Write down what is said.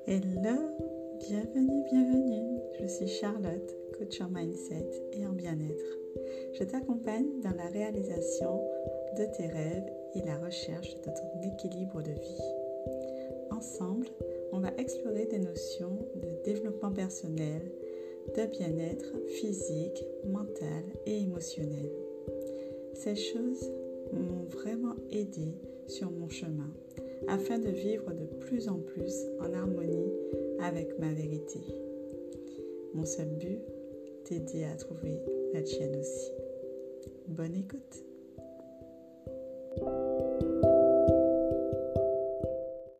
Hello, bienvenue. Je suis Charlotte, coach en mindset et en bien-être. Je t'accompagne dans la réalisation de tes rêves et la recherche de ton équilibre de vie. Ensemble, on va explorer des notions de développement personnel, de bien-être physique, mental et émotionnel. Ces choses m'ont vraiment aidé sur mon chemin afin de vivre de plus en plus en harmonie avec ma vérité. Mon seul but, t'aider à trouver la tienne aussi. Bonne écoute!